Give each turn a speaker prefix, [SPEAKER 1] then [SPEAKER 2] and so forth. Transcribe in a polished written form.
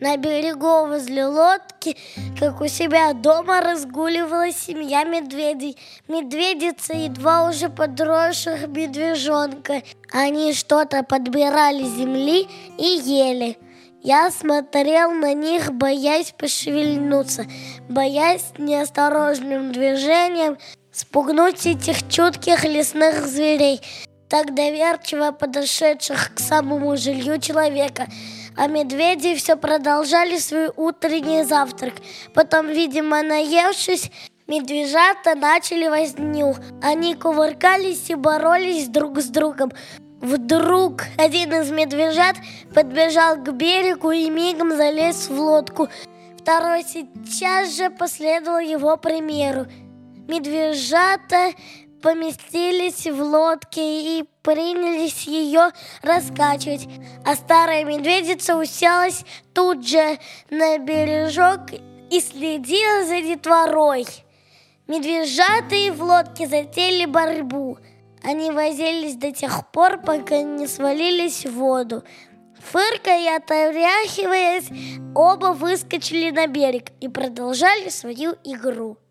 [SPEAKER 1] На берегу возле лодки, как у себя дома, разгуливала семья медведей. Медведица и два уже подросших медвежонка. Они что-то подбирали с земли и ели. Я смотрел на них, боясь пошевельнуться, боясь неосторожным движением спугнуть этих чутких лесных зверей, так доверчиво подошедших к самому жилью человека. А медведи все продолжали свой утренний завтрак. Потом, видимо, наевшись, медвежата начали возню. Они кувыркались и боролись друг с другом. Вдруг один из медвежат подбежал к берегу и мигом залез в лодку. Второй сейчас же последовал его примеру. Медвежата поместились в лодке и принялись ее раскачивать, а старая медведица уселась тут же на бережок и следила за детворой. Медвежата в лодке затеяли борьбу. Они возились до тех пор, пока не свалились в воду. Фыркая и отряхиваясь, оба выскочили на берег и продолжали свою игру.